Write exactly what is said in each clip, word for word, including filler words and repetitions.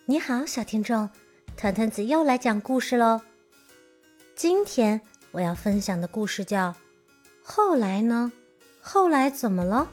你好，小听众，团团子又来讲故事喽。今天我要分享的故事叫《后来呢？后来怎么了？》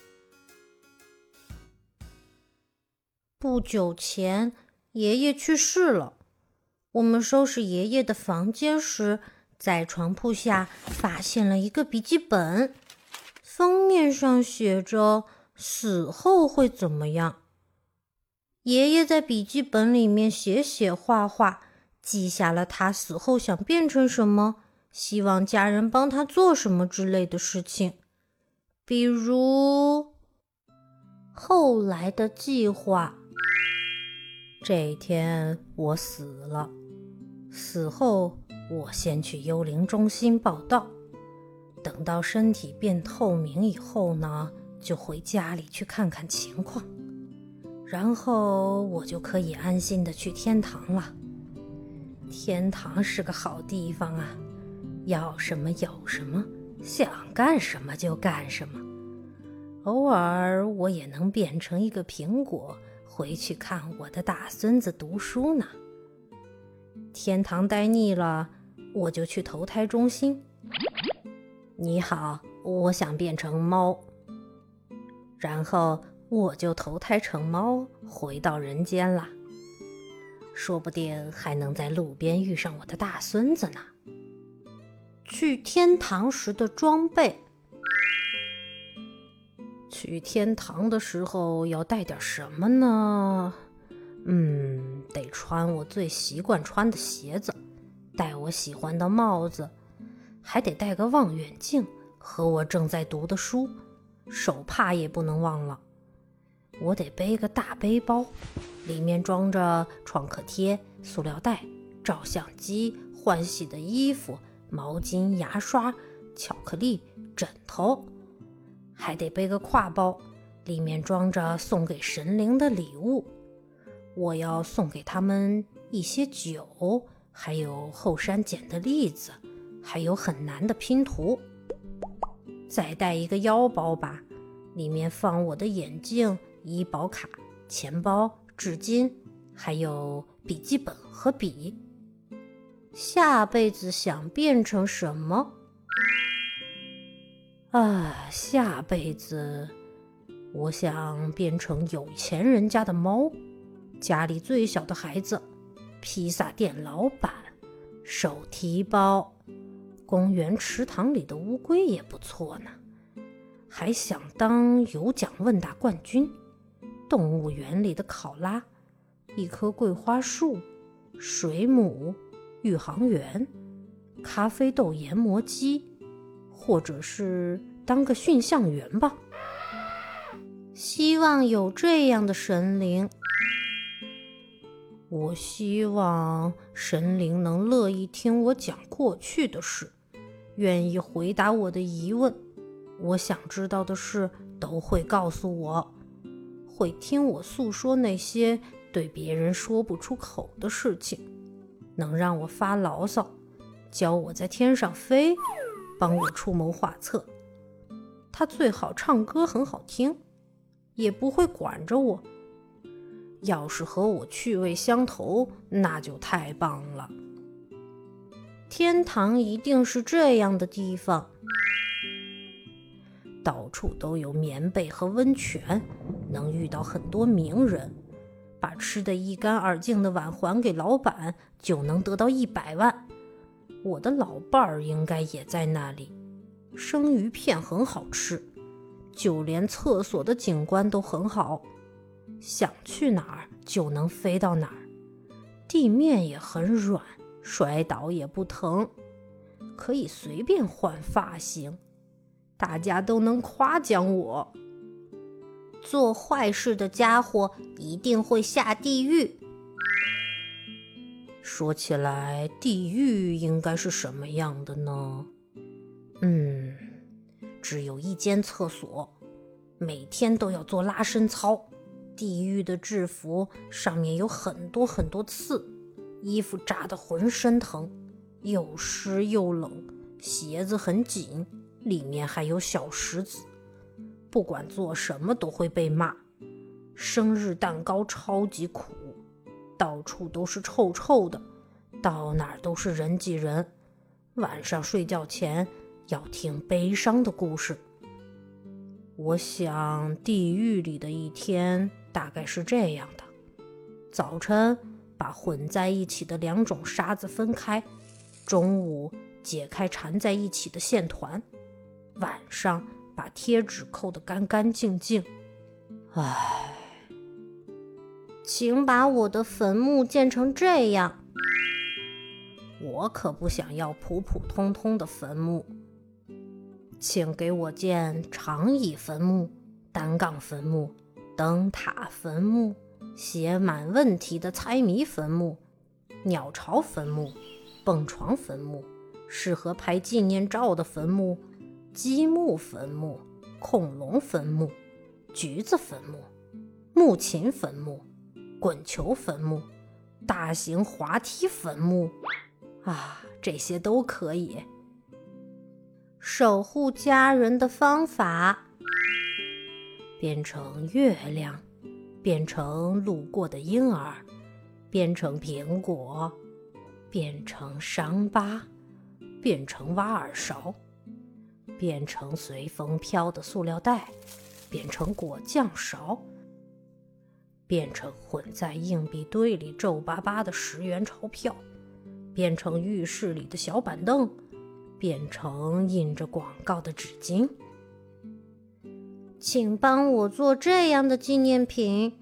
不久前，爷爷去世了。我们收拾爷爷的房间时，在床铺下发现了一个笔记本，封面上写着死后会怎么样。爷爷在笔记本里面写写画画，记下了他死后想变成什么，希望家人帮他做什么之类的事情。比如后来的计划。这一天我死了，死后我先去幽灵中心报到，等到身体变透明以后呢，就回家里去看看情况，然后我就可以安心的去天堂了。天堂是个好地方啊，要什么有什么，想干什么就干什么。偶尔我也能变成一个苹果，回去看我的大孙子读书呢。天堂待腻了，我就去投胎中心。你好，我想变成猫。然后我就投胎成猫，回到人间了。说不定还能在路边遇上我的大孙子呢。去天堂时的装备。去天堂的时候要带点什么呢？嗯，得穿我最习惯穿的鞋子，戴我喜欢的帽子，还得带个望远镜和我正在读的书，手帕也不能忘了。我得背个大背包，里面装着创可贴、塑料袋、照相机、换洗的衣服、毛巾、牙刷、巧克力、枕头。还得背个挎包，里面装着送给神灵的礼物。我要送给他们一些酒，还有后山捡的栗子，还有很难的拼图。再带一个腰包吧，里面放我的眼镜、医保卡、钱包、纸巾，还有笔记本和笔。下辈子想变成什么？啊，下辈子我想变成有钱人家的猫，家里最小的孩子，披萨店老板，手提包，公园池塘里的乌龟也不错呢。还想当有奖问答冠军，动物园里的考拉，一棵桂花树，水母，宇航员，咖啡豆研磨机，或者是当个驯象员吧。希望有这样的神灵。我希望神灵能乐意听我讲过去的事，愿意回答我的疑问，我想知道的事都会告诉我，会听我诉说那些对别人说不出口的事情，能让我发牢骚，教我在天上飞，帮我出谋划策。他最好唱歌很好听，也不会管着我。要是和我趣味相投，那就太棒了。天堂一定是这样的地方，到处都有棉被和温泉，能遇到很多名人，把吃得一干二净的碗还给老板，就能得到一百万。我的老伴儿应该也在那里。生鱼片很好吃，就连厕所的景观都很好，想去哪儿就能飞到哪儿，地面也很软，摔倒也不疼，可以随便换发型，大家都能夸奖我。做坏事的家伙一定会下地狱。说起来，地狱应该是什么样的呢？嗯，只有一间厕所，每天都要做拉伸操。地狱的制服上面有很多很多刺，衣服扎得浑身疼，又湿又冷，鞋子很紧，里面还有小石子。不管做什么都会被骂。生日蛋糕超级苦， 到处都是臭臭的，到哪儿都是人挤人。晚上睡觉前要听悲伤的故事。我想地狱里的一天大概是这样的：早晨把混在一起的两种沙子分开，中午解开缠在一起的线团，晚上把贴纸扣得干干净净。唉，请把我的坟墓建成这样。我可不想要普普通通的坟墓，请给我建长椅坟墓、单杠坟墓、灯塔坟墓、写满问题的猜谜坟墓、鸟巢坟墓、蹦床坟墓、适合拍纪念照的坟墓、积木坟墓、恐龙坟墓、橘子坟墓、木琴坟墓、滚球坟墓、大型滑梯坟墓啊，这些都可以。守护家人的方法：变成月亮，变成路过的婴儿，变成苹果，变成伤疤，变成挖耳勺，变成随风飘的塑料袋，变成果酱勺，变成混在硬币堆里皱巴巴的十元钞票，变成浴室里的小板凳，变成印着广告的纸巾。请帮我做这样的纪念品：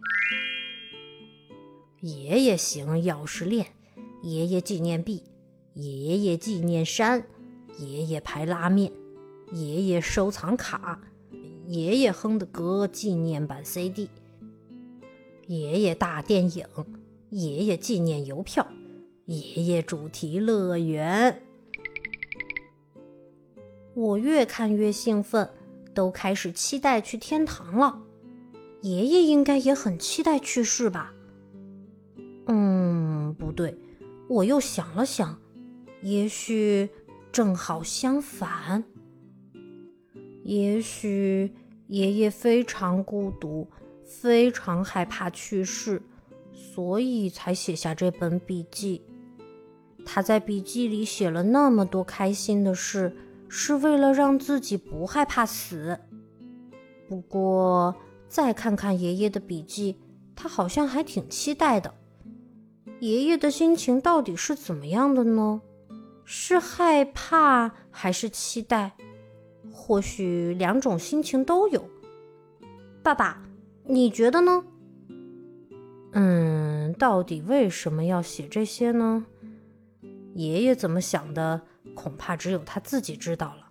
爷爷型钥匙链，爷爷纪念币，爷爷纪念衫，爷爷牌拉面，爷爷收藏卡，爷爷哼的歌纪念版 C D， 爷爷大电影，爷爷纪念邮票，爷爷主题乐园。我越看越兴奋，都开始期待去天堂了。爷爷应该也很期待去世吧？嗯，不对，我又想了想，也许正好相反。也许爷爷非常孤独，非常害怕去世，所以才写下这本笔记。他在笔记里写了那么多开心的事，是为了让自己不害怕死。不过再看看爷爷的笔记，他好像还挺期待的。爷爷的心情到底是怎么样的呢？是害怕还是期待？或许两种心情都有。爸爸，你觉得呢？嗯，到底为什么要写这些呢？爷爷怎么想的，恐怕只有他自己知道了。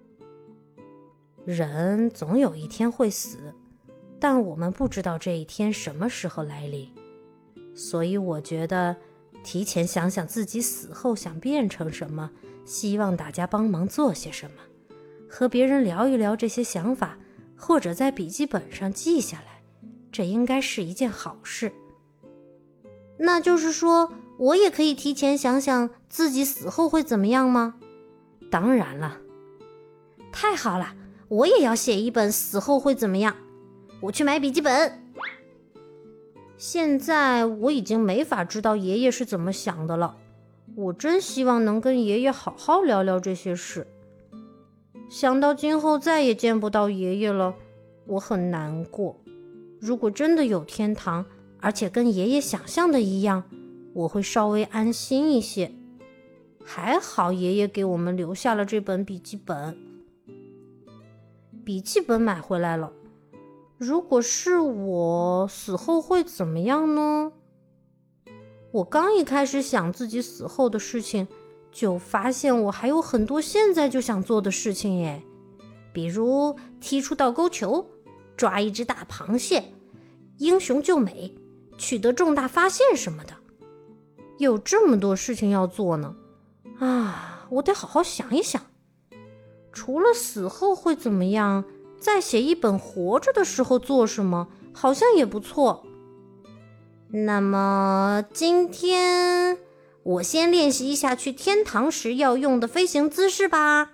人总有一天会死，但我们不知道这一天什么时候来临。所以我觉得提前想想自己死后想变成什么，希望大家帮忙做些什么，和别人聊一聊这些想法，或者在笔记本上记下来，这应该是一件好事。那就是说，我也可以提前想想自己死后会怎么样吗？当然了。太好了，我也要写一本死后会怎么样。我去买笔记本。现在我已经没法知道爷爷是怎么想的了，我真希望能跟爷爷好好聊聊这些事。想到今后再也见不到爷爷了，我很难过。如果真的有天堂，而且跟爷爷想象的一样，我会稍微安心一些。还好爷爷给我们留下了这本笔记本。笔记本买回来了。如果是我死后会怎么样呢？我刚一开始想自己死后的事情，就发现我还有很多现在就想做的事情耶。比如踢出倒钩球，抓一只大螃蟹，英雄救美，取得重大发现什么的。有这么多事情要做呢，啊，我得好好想一想。除了死后会怎么样，再写一本活着的时候做什么，好像也不错。那么今天我先练习一下去天堂时要用的飞行姿势吧。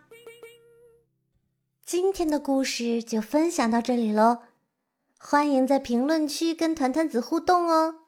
今天的故事就分享到这里咯，欢迎在评论区跟团团子互动哦。